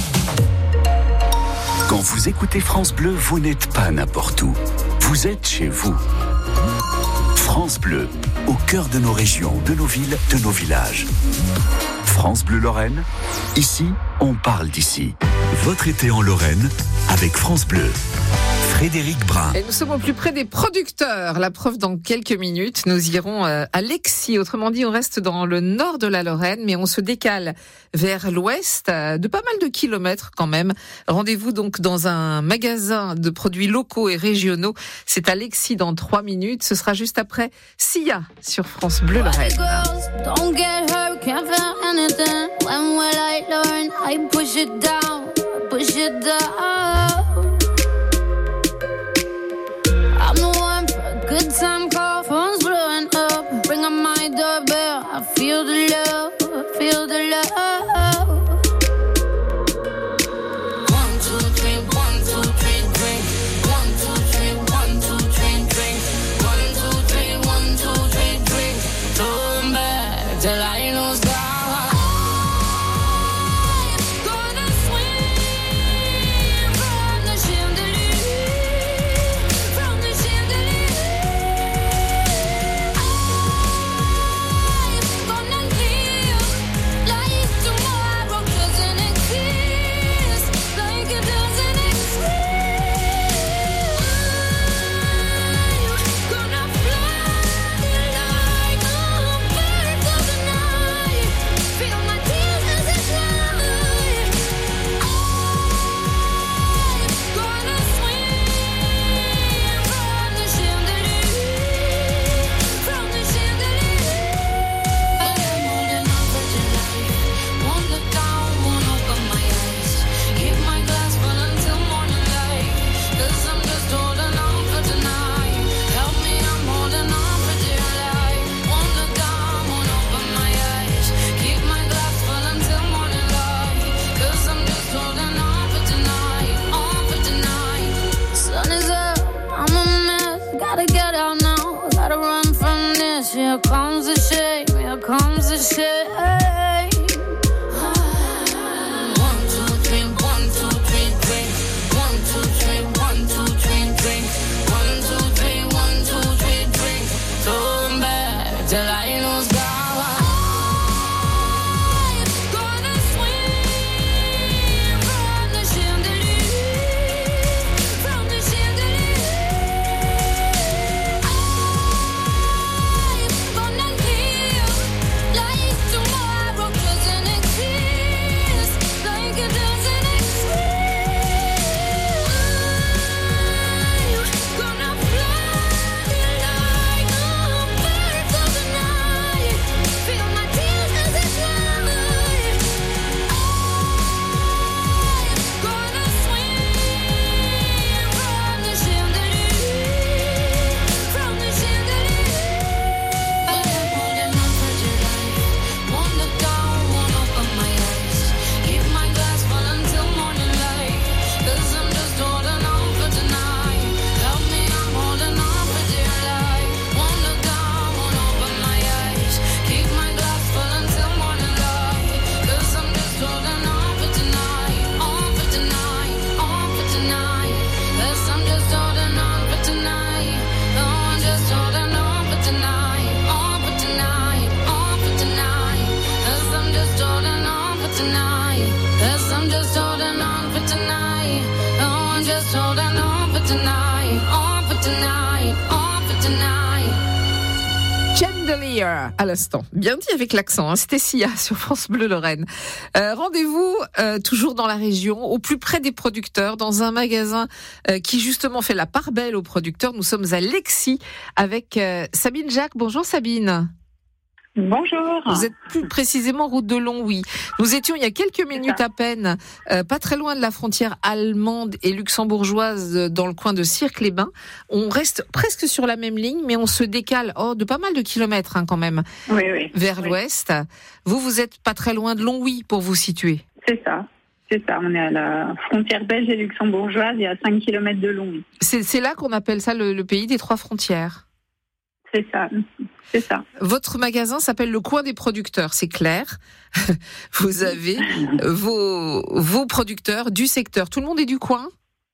Quand vous écoutez France Bleu, vous n'êtes pas n'importe où. Vous êtes chez vous. France Bleu, au cœur de nos régions, de nos villes, de nos villages. France Bleu Lorraine, ici, on parle d'ici. Votre été en Lorraine avec France Bleu. Frédéric Brun. Et nous sommes au plus près des producteurs. La preuve dans quelques minutes. Nous irons à Lexie. Autrement dit, on reste dans le nord de la Lorraine, mais on se décale vers l'ouest de pas mal de kilomètres quand même. Rendez-vous donc dans un magasin de produits locaux et régionaux. C'est à Lexie dans trois minutes. Ce sera juste après Sia sur France Bleu Lorraine. Push it down. I'm the one for a good time call. Phone's blowing up. Ring on my doorbell. I feel the love. I feel the love. One, two, three, one, two, three, drink. One, two, three, one, two, three, drink. One, two, three, one, two, three, drink. Turn back till I lose God. Here comes the shame, here comes the shame. One, two, three, one, two, three, drink. One, two, three, one, two, three, drink. One, two, three, one, two, three, drink. Turn back till I lose God. Chandelier à l'instant, bien dit avec l'accent, hein. C'était Sia sur France Bleu Lorraine. Euh, rendez-vous euh, toujours dans la région, au plus près des producteurs, dans un magasin euh, qui justement fait la part belle aux producteurs. Nous sommes à Lexie avec euh, Sabine Jacques. Bonjour Sabine. Bonjour. Vous êtes plus précisément route de Longwy. Nous étions il y a quelques minutes à peine, euh, pas très loin de la frontière allemande et luxembourgeoise, euh, dans le coin de Cirque-les-Bains. On reste presque sur la même ligne, mais on se décale oh, de pas mal de kilomètres hein, quand même, oui, oui, vers oui. l'ouest. Vous, vous êtes pas très loin de Longwy pour vous situer. C'est ça. C'est ça, on est à la frontière belge et luxembourgeoise et à cinq kilomètres de Longwy. C'est, c'est là qu'on appelle ça le, le pays des trois frontières. C'est ça, c'est ça. Votre magasin s'appelle le Coin des producteurs, c'est clair. Vous avez vos, vos producteurs du secteur. Tout le monde est du coin ?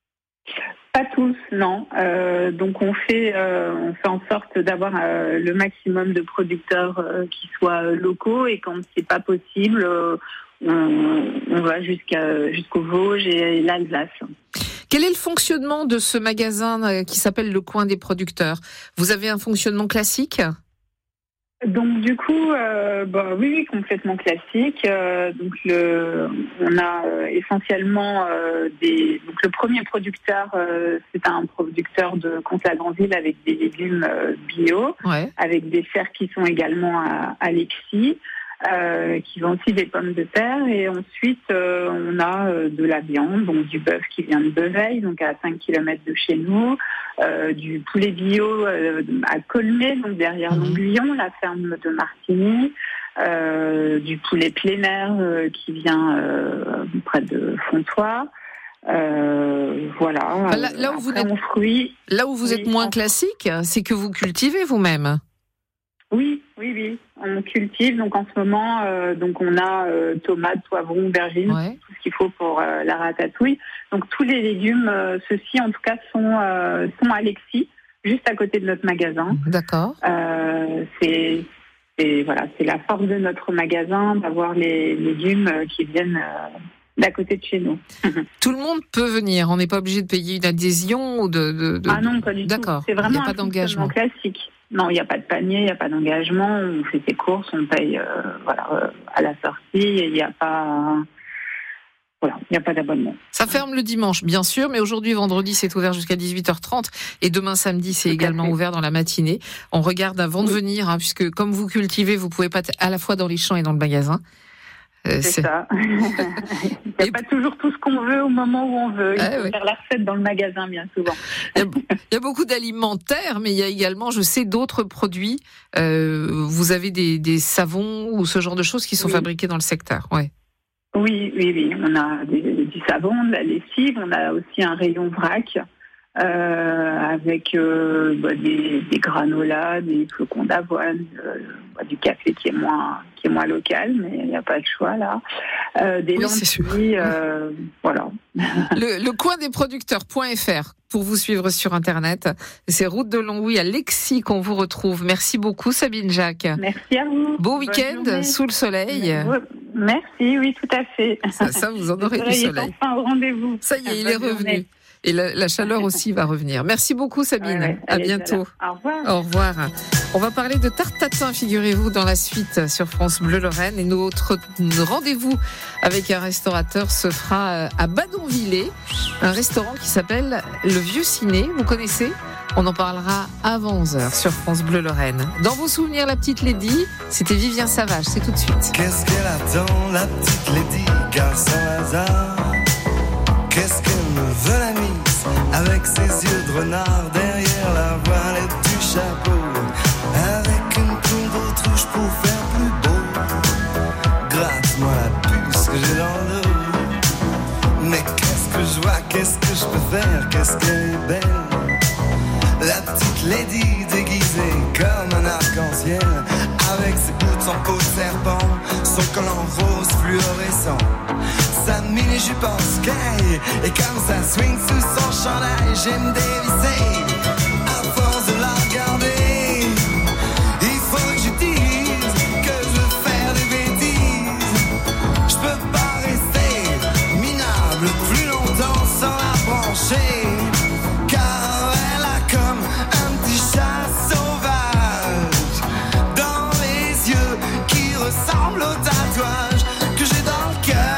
Pas tous, non. Euh, donc on fait, euh, on fait en sorte d'avoir euh, le maximum de producteurs euh, qui soient locaux, et quand c'est pas possible, euh, on, on va jusqu'à jusqu'au Vosges et l'Alsace. Quel est le fonctionnement de ce magasin qui s'appelle Le Coin des Producteurs ? Vous avez un fonctionnement classique ? Donc du coup, euh, bah, oui, oui, complètement classique. Euh, donc le, on a euh, essentiellement euh, des. Donc le premier producteur, euh, c'est un producteur de Comte-la-Grandville avec des légumes euh, bio, ouais. avec des serres qui sont également à, à Lexie, euh, qui vendent aussi des pommes de terre. Et ensuite, euh, on a euh, de la viande, donc du bœuf qui vient de Beveille, donc à cinq kilomètres de chez nous. Euh, du poulet bio euh, à Colmé, donc derrière mmh. Longuillon, la ferme de Martigny, euh, du poulet plein air euh, qui vient euh, près de Fontois. Euh, voilà. Enfin, là, là, où vous êtes, fruits, là où vous oui, êtes moins en... classique, c'est que vous cultivez vous-même. Oui, oui, oui. On cultive. Donc en ce moment, euh, donc on a euh, tomates, poivrons, aubergines, ouais. tout ce qu'il faut pour euh, la ratatouille. Donc tous les légumes, euh, ceux-ci en tout cas sont euh, sont à Lexie, juste à côté de notre magasin. D'accord. Euh, c'est c'est voilà, c'est la force de notre magasin d'avoir les légumes qui viennent euh, d'à côté de chez nous. Tout le monde peut venir. On n'est pas obligé de payer une adhésion ou de. de, de... Ah non, pas du D'accord. tout. C'est vraiment il n'y a pas un d'engagement classique. Non, il n'y a pas de panier, il n'y a pas d'engagement. On fait ses courses, on paye euh, voilà, euh, à la sortie. Il n'y a pas, voilà, il n'y a pas d'abonnement. Ça ferme le dimanche, bien sûr, mais aujourd'hui, vendredi, c'est ouvert jusqu'à dix-huit heures trente. Et demain, samedi, c'est Tout également ouvert dans la matinée. On regarde avant oui. de venir, hein, puisque comme vous cultivez, vous pouvez pas être à la fois dans les champs et dans le magasin. Euh, c'est, c'est ça. Il n'y a et... pas toujours tout ce qu'on veut au moment où on veut. Il ah, faut ouais. faire la recette dans le magasin bien souvent. Il y a, il y a beaucoup d'alimentaires, mais il y a également, je sais, d'autres produits. Euh, vous avez des, des savons ou ce genre de choses qui sont oui. fabriqués dans le secteur. Ouais. Oui, oui, oui. On a des, du savon, de la lessive. On a aussi un rayon vrac. Euh, avec euh, bah, des, des granolas, des flocons d'avoine, euh, bah, du café qui est moins qui est moins local, mais il n'y a pas de choix là. Euh, des oui, lentilles, euh, voilà. Le, le coin des producteurs.fr pour vous suivre sur internet. C'est route de Longwy à Lexie qu'on vous retrouve. Merci beaucoup Sabine Jacques. Merci à vous. Beau Bonne week-end journée. Sous le soleil. Merci, oui, tout à fait. Ça, ça vous en aurez du soleil. Enfin au rendez-vous. Ça y est, Bonne il est revenu. Journée. Et la, la chaleur aussi va revenir. Merci beaucoup Sabine. Ouais, ouais, à bientôt. Au revoir. Au revoir. On va parler de tarte tatin, figurez-vous, dans la suite sur France Bleu Lorraine. Et notre rendez-vous avec un restaurateur se fera à Badonvillers, un restaurant qui s'appelle Le Vieux Ciné. Vous connaissez ? On en parlera avant onze heures sur France Bleu Lorraine. Dans vos souvenirs, la petite Lady, c'était Vivien Savage. C'est tout de suite. Qu'est-ce qu'elle attend, la petite Lady, car sans hasard? Qu'est-ce qu'elle me veut la mise, avec ses yeux de renard derrière la voilette du chapeau, avec une poudre d'autruche pour faire plus beau. Gratte-moi la puce que j'ai dans le dos. Mais qu'est-ce que je vois, qu'est-ce que je peux faire, qu'est-ce qu'elle est belle. La petite Lady déguisée comme un arc-en-ciel, avec ses boots en peau de serpent, son collant rose fluorescent, sa mini-jupe en sky, et comme ça swing sous son chandail, j'aime dévisser, à force de la regarder, il faut que je dise que je veux faire des bêtises, je peux pas rester minable plus longtemps sans la brancher, car elle a comme un petit chat sauvage, dans les yeux qui ressemblent au tatouage que j'ai dans le cœur.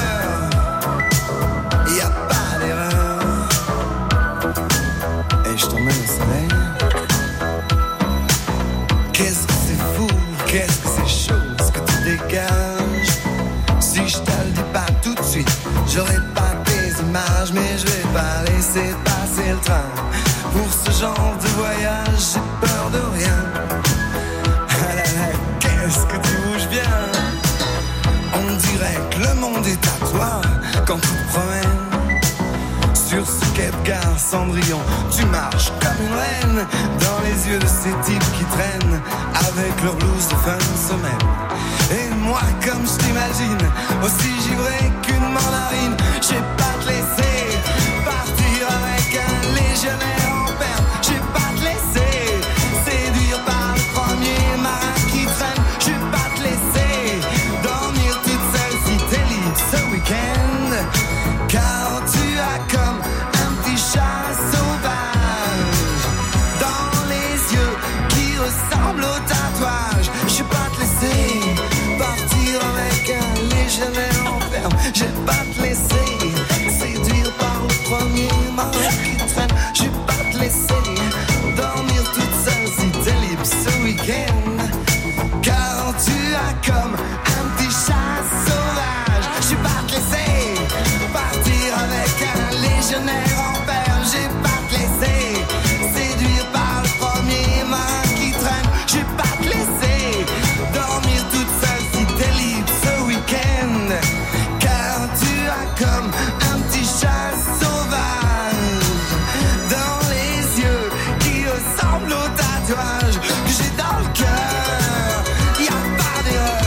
Qu'est-ce que c'est fou, qu'est-ce que c'est chaud, ce que tu dégages. Si je te le dis pas tout de suite, j'aurai pas tes images, mais je vais pas laisser passer le train. Pour ce genre de voyage, j'ai peur de rien. Ah là là, qu'est-ce que tu bouges bien. On dirait que le monde est à toi quand tu te promènes. Sur ce quai de gare Cendrillon, tu marches comme une reine dans les yeux de ces types qui traînent avec leur blouse de fin de semaine. Et moi, comme je t'imagine, aussi givré qu'une mandarine, j'ai pas te laisser partir avec un légionnaire en perme. J'ai pas te laisser séduire par le premier marin qui traîne. J'ai pas te laisser dormir toute seule si t'es libre ce week-end, car tu as comme un je vais pas te laisser séduire par le premier mort qui traîne. Je vais pas te laisser dormir toute seule si t'es libre ce week-end. Car tu as comme un petit chat sauvage. Je vais pas te laisser partir avec un légionnaire en perles. Je vais pas te laisser séduire par le premier mort qui traîne. Je vais pas te laisser dormir toute seule si t'es libre ce week-end. Car tu as comme un petit chat sauvage dans les yeux qui ressemblent au tatouage que j'ai dans le cœur. Y'a pas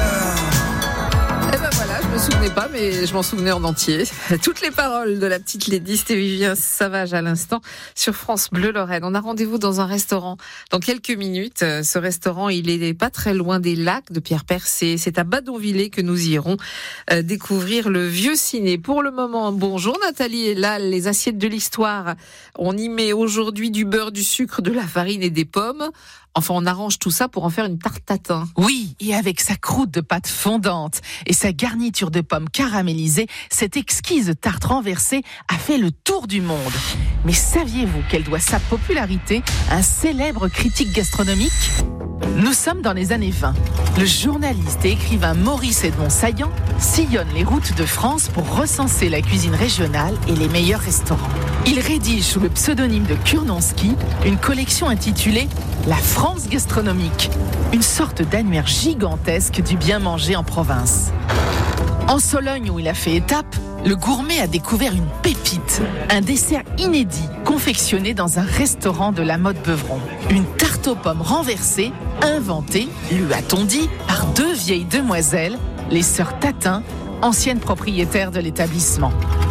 d'erreur. Eh ben voilà, je me souvenais pas, mais je m'en souvenais en entier. Toutes les paroles de la petite Lady, c'était Vivien Savage à l'instant sur France Bleu Lorraine. On a rendez-vous dans un restaurant dans quelques minutes. Ce restaurant, il est pas très loin des lacs de Pierre Percé. C'est à Badonvillers que nous irons euh, découvrir le vieux ciné. Pour le moment, bonjour Nathalie. Et là, les assiettes de l'histoire, on y met aujourd'hui du beurre, du sucre, de la farine et des pommes. Enfin, on arrange tout ça pour en faire une tarte tatin. Oui, et avec sa croûte de pâte fondante et sa garniture de pommes caramélisées, cette exquise tarte renversée a fait le tour du monde. Mais saviez-vous qu'elle doit sa popularité à un célèbre critique gastronomique ? Nous sommes dans les années vingt. Le journaliste et écrivain Maurice Edmond Saillant sillonne les routes de France pour recenser la cuisine régionale et les meilleurs restaurants. Il rédige sous le pseudonyme de Kurnonski une collection intitulée « La France gastronomique », une sorte d'annuaire gigantesque du bien manger en province. En Sologne, où il a fait étape, le gourmet a découvert une pépite, un dessert inédit confectionné dans un restaurant de la mode Beuvron. Une tarte aux pommes renversée, inventée, lui a-t-on dit, par deux vieilles demoiselles, les sœurs Tatin, anciennes propriétaires de l'établissement.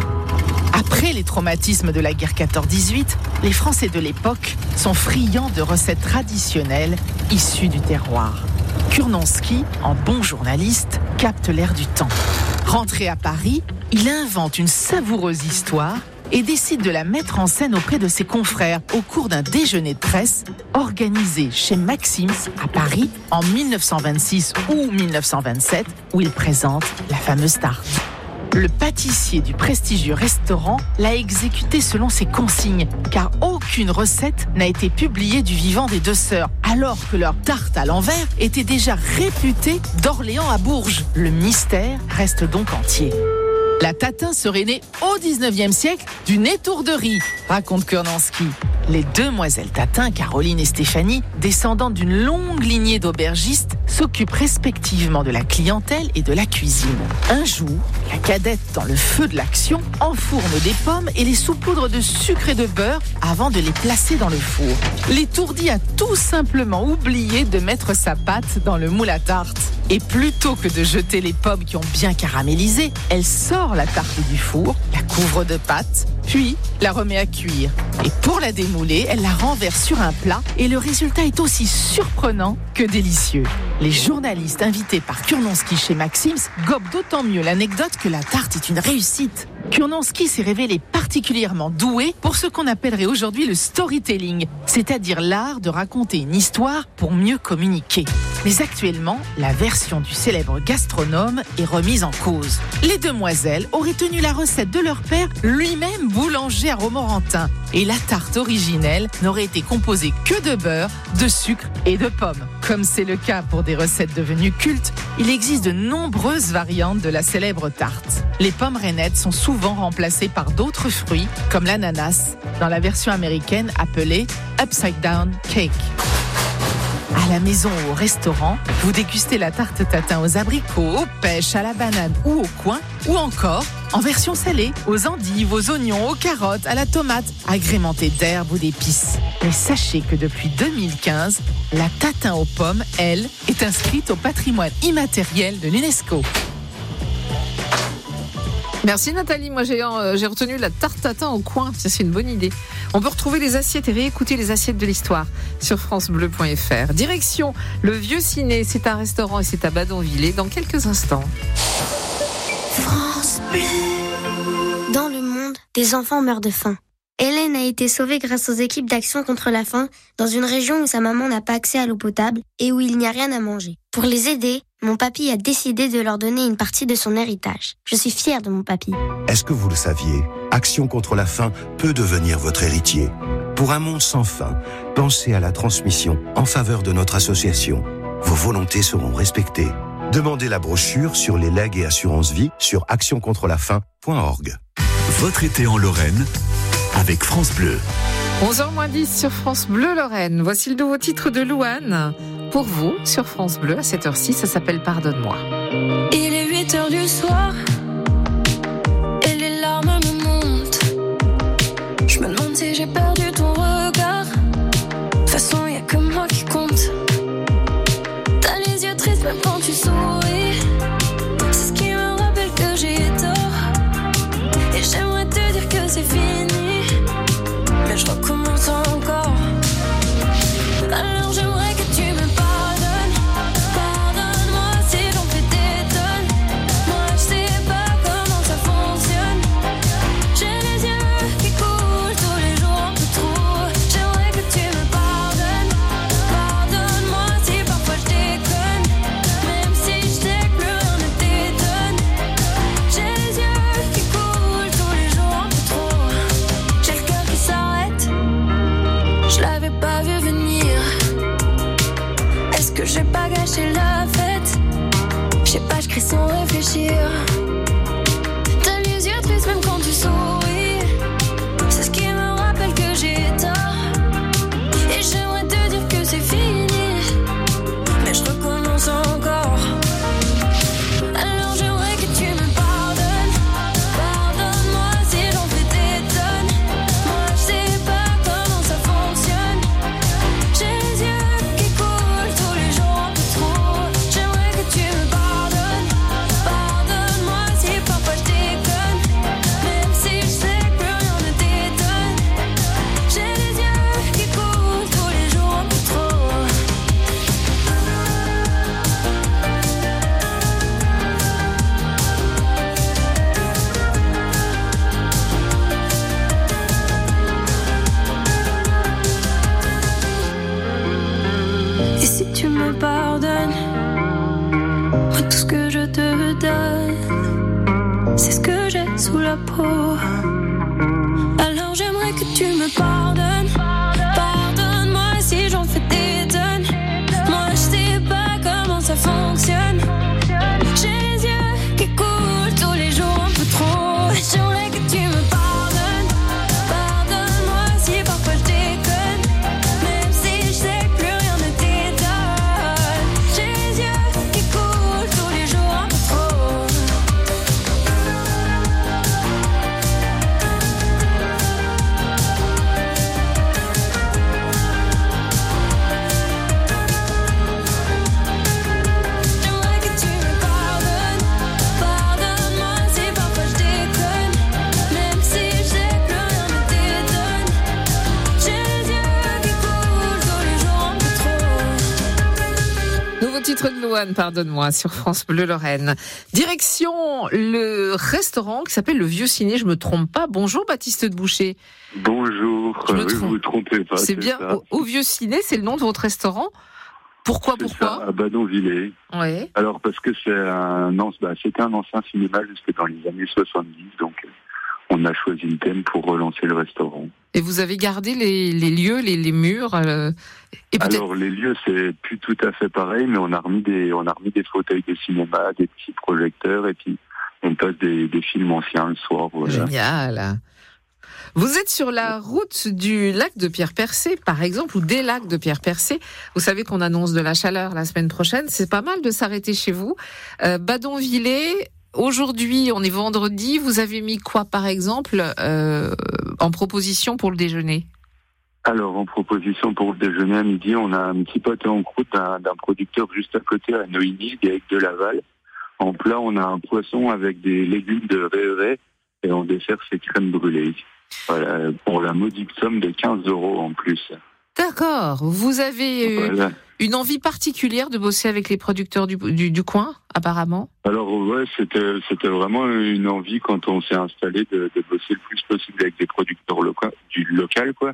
Après les traumatismes de la guerre quatorze dix-huit, les Français de l'époque sont friands de recettes traditionnelles issues du terroir. Kurnonski, en bon journaliste, capte l'air du temps. Rentré à Paris, il invente une savoureuse histoire et décide de la mettre en scène auprès de ses confrères au cours d'un déjeuner de presse organisé chez Maxim's à Paris en dix-neuf cent vingt-six ou dix-neuf cent vingt-sept, où il présente la fameuse tarte. Le pâtissier du prestigieux restaurant l'a exécutée selon ses consignes, car aucune recette n'a été publiée du vivant des deux sœurs, alors que leur tarte à l'envers était déjà réputée d'Orléans à Bourges. Le mystère reste donc entier. La tatin serait née au dix-neuvième siècle d'une étourderie, raconte Kurnonski. Les demoiselles Tatin, Caroline et Stéphanie, descendantes d'une longue lignée d'aubergistes, s'occupent respectivement de la clientèle et de la cuisine. Un jour, la cadette, dans le feu de l'action, enfourne des pommes et les saupoudre de sucre et de beurre avant de les placer dans le four. L'étourdie a tout simplement oublié de mettre sa pâte dans le moule à tarte. Et plutôt que de jeter les pommes qui ont bien caramélisé, elle sort la tarte du four, la couvre de pâte, puis la remet à cuire. Et pour la démouler, elle la renverse sur un plat et le résultat est aussi surprenant que délicieux. Les journalistes invités par Kurnonski chez Maxim's gobent d'autant mieux l'anecdote que la tarte est une réussite. Kurnonski s'est révélé particulièrement doué pour ce qu'on appellerait aujourd'hui le storytelling, c'est-à-dire l'art de raconter une histoire pour mieux communiquer. Mais actuellement, la version du célèbre gastronome est remise en cause. Les demoiselles auraient tenu la recette de leur père, lui-même boulanger à Romorantin, et la tarte originelle n'aurait été composée que de beurre, de sucre et de pommes. Comme c'est le cas pour des recettes devenues cultes, il existe de nombreuses variantes de la célèbre tarte. Les pommes rainettes sont souvent remplacées par d'autres fruits, comme l'ananas, dans la version américaine appelée Upside Down Cake. À la maison ou au restaurant, vous dégustez la tarte tatin aux abricots, aux pêches, à la banane ou au coin, ou encore en version salée, aux endives, aux oignons, aux carottes, à la tomate, agrémentée d'herbes ou d'épices. Mais sachez que depuis deux mille quinze, la tatin aux pommes, elle, est inscrite au patrimoine immatériel de l'UNESCO. Merci Nathalie, moi j'ai, euh, j'ai retenu la tarte tatin au coin, ça c'est une bonne idée. On peut retrouver les assiettes et réécouter les assiettes de l'histoire sur francebleu point f r. Direction le Vieux Ciné, c'est un restaurant et c'est à Badonvillers dans quelques instants. France Bleu. Dans le monde, des enfants meurent de faim. Hélène a été sauvée grâce aux équipes d'action contre la faim dans une région où sa maman n'a pas accès à l'eau potable et où il n'y a rien à manger. Pour les aider, Mon papy a décidé de leur donner une partie de son héritage. Je suis fière de mon papy. Est-ce que vous le saviez ? Action contre la faim peut devenir votre héritier. Pour un monde sans faim, pensez à la transmission en faveur de notre association. Vos volontés seront respectées. Demandez la brochure sur les legs et assurances vie sur action contre la faim point org. Votre été en Lorraine avec France Bleu. onze heures moins dix sur France Bleu Lorraine. Voici le nouveau titre de Louane. Pour vous, sur France Bleu, à cette heure-ci, ça s'appelle Pardonne-moi. Il est huit heures du soir et les larmes me montent. Je me demande si j'ai perdu ton regard. De toute façon, y a que moi qui compte. T'as les yeux tristes même quand tu souris. C'est ce qui me rappelle que j'ai tort. Et j'aimerais te dire que c'est fini, mais je recommence encore. Alors j'aimerais que tu me pardonnes. Pardonne-moi si j'en fais des tonnes. Moi je sais pas comment ça fonctionne. J'ai les yeux qui coulent tous les jours un peu trop. J'aimerais que tu me pardonnes. Pardonne-moi si parfois je déconne. Même si je sais que plus rien ne t'étonne. J'ai les yeux qui coulent tous les jours un peu trop. J'ai le cœur qui s'arrête. Je l'avais pas vu venir. Est-ce que j'ai pas gâché la fête? Je sais pas, je crie sans réfléchir. T'as les yeux tristes même quand tu souris. C'est ce qui me rappelle que j'ai tort. Et j'aimerais te dire que c'est fini, mais je recommence encore. Alors j'aimerais que tu me pardonnes. Pardonne-moi si j'en fais des tonnes. Moi je sais pas comment ça fonctionne. J'ai les yeux qui coulent tous les jours un peu trop. J'aimerais que tu me pardonnes. Pardonne-moi si parfois je déconne. Même si je sais que plus rien ne t'étonne. J'ai les yeux qui coulent tous les jours un peu trop. Et si tu me pardonnes, moi tout ce que je te donne, c'est ce que j'ai sous la peau. Alors j'aimerais que tu me pardonnes. Pardonne-moi si j'en fais des tonnes. Moi je sais pas comment ça fonctionne. J'ai les yeux qui coulent tous les jours un peu trop. J'aimerais que tu me pardonnes. Pardonne-moi si parfois je déconne. Même si je sais que plus rien ne t'étonne. J'ai les yeux qui coulent tous les jours un peu trop. J'aimerais que tu me pardonnes. Pardonne-moi si parfois je déconne. Même si je sais que plus rien ne t'étonne. J'ai les yeux qui coulent tous les jours un peu trop. Nouveau titre de Louane, Pardonne-moi, sur France Bleu Lorraine. Direction le restaurant qui s'appelle le Vieux Ciné, je me trompe pas. Bonjour Baptiste de Boucher. Bonjour, Je me oui, trompe. vous vous trompez pas. C'est bien, ça. au, au Vieux Ciné, c'est le nom de votre restaurant. Pourquoi, C'est pourquoi ça, à Badonvillers. Ouais. Alors parce que c'est un, non, bah, c'était un ancien cinéma jusque dans les années soixante-dix, donc euh, on a choisi le thème pour relancer le restaurant. Et vous avez gardé les, les lieux, les, les murs euh, et peut-être... Alors les lieux c'est plus tout à fait pareil, mais on a remis des, on a remis des fauteuils de cinéma, des petits projecteurs et puis on passe des, des films anciens le soir. Voilà. Génial. Vous êtes sur la route du lac de Pierre-Percé, par exemple, ou des lacs de Pierre-Percé. Vous savez qu'on annonce de la chaleur la semaine prochaine. C'est pas mal de s'arrêter chez vous. Euh, Badonvillers, aujourd'hui, on est vendredi. Vous avez mis quoi, par exemple, euh, en proposition pour le déjeuner? Alors, en proposition pour le déjeuner à midi, on a un petit pâté en croûte d'un, d'un producteur juste à côté, à Noigny, avec de Laval. En plat, on a un poisson avec des légumes de Réeret et en dessert, c'est crème brûlée. Voilà, pour la modique somme de quinze euros en plus. D'accord. Vous avez euh, Voilà. une envie particulière de bosser avec les producteurs du, du, du coin, apparemment? Alors ouais, c'était c'était vraiment une envie quand on s'est installé de, de bosser le plus possible avec des producteurs locaux, du local quoi.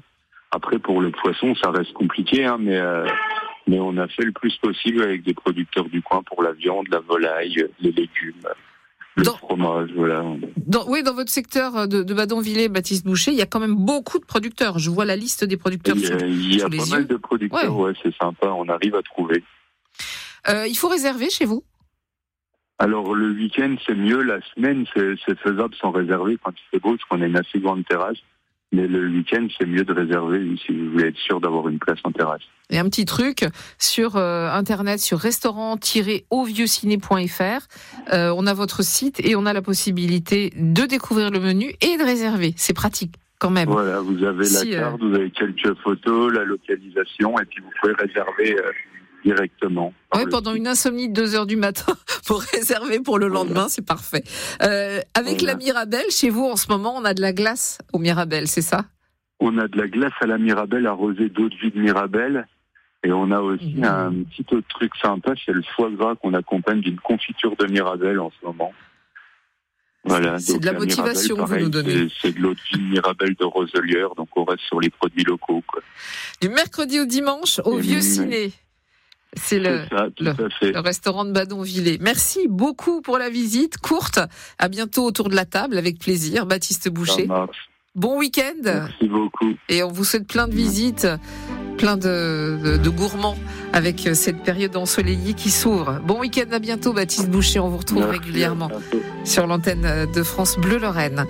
Après, pour le poisson, ça reste compliqué, hein, mais, euh, mais on a fait le plus possible avec des producteurs du coin pour la viande, la volaille, les légumes, le dans, fromage, voilà. Dans, oui, dans votre secteur de, de Badonviller, Baptiste Boucher, il y a quand même beaucoup de producteurs. Je vois la liste des producteurs il y a, sur, il y a sur pas les mal yeux. de producteurs, ouais. ouais, c'est sympa, on arrive à trouver. Euh, il faut réserver chez vous ? Alors, le week-end, c'est mieux. La semaine, c'est, c'est faisable sans réserver quand il fait beau, parce qu'on a une assez grande terrasse. Mais le week-end, c'est mieux de réserver si vous voulez être sûr d'avoir une place en terrasse. Et un petit truc, sur euh, Internet, sur restaurant tiret au vieux ciné point f r, euh, on a votre site et on a la possibilité de découvrir le menu et de réserver. C'est pratique, quand même. Voilà, vous avez si, la carte, euh... vous avez quelques photos, la localisation, et puis vous pouvez réserver euh, directement. Oui, pendant site. Une insomnie de deux heures du matin pour réserver pour le lendemain, voilà. C'est parfait. Euh, avec voilà. La Mirabelle, chez vous, en ce moment, on a de la glace au Mirabelle, c'est ça ? On a de la glace à la Mirabelle, arrosée d'eau de vie de Mirabelle. Et on a aussi mmh. un petit autre truc sympa, c'est le foie gras qu'on accompagne d'une confiture de Mirabelle en ce moment. Voilà. C'est donc de la, la motivation que vous nous donnez. C'est, c'est de l'eau de vie de Mirabelle de Roselière, donc on reste sur les produits locaux, quoi. Du mercredi au dimanche, au Et Vieux mmh. Ciné. C'est, le, c'est ça, tout le, à fait. le restaurant de Badonviller. Merci beaucoup pour la visite courte. À bientôt autour de la table, avec plaisir. Baptiste Boucher. Bon week-end. Merci beaucoup. Et on vous souhaite plein de visites, plein de, de, de gourmands avec cette période ensoleillée qui s'ouvre. Bon week-end, à bientôt Baptiste Boucher. On vous retrouve Merci, régulièrement sur l'antenne de France Bleu Lorraine.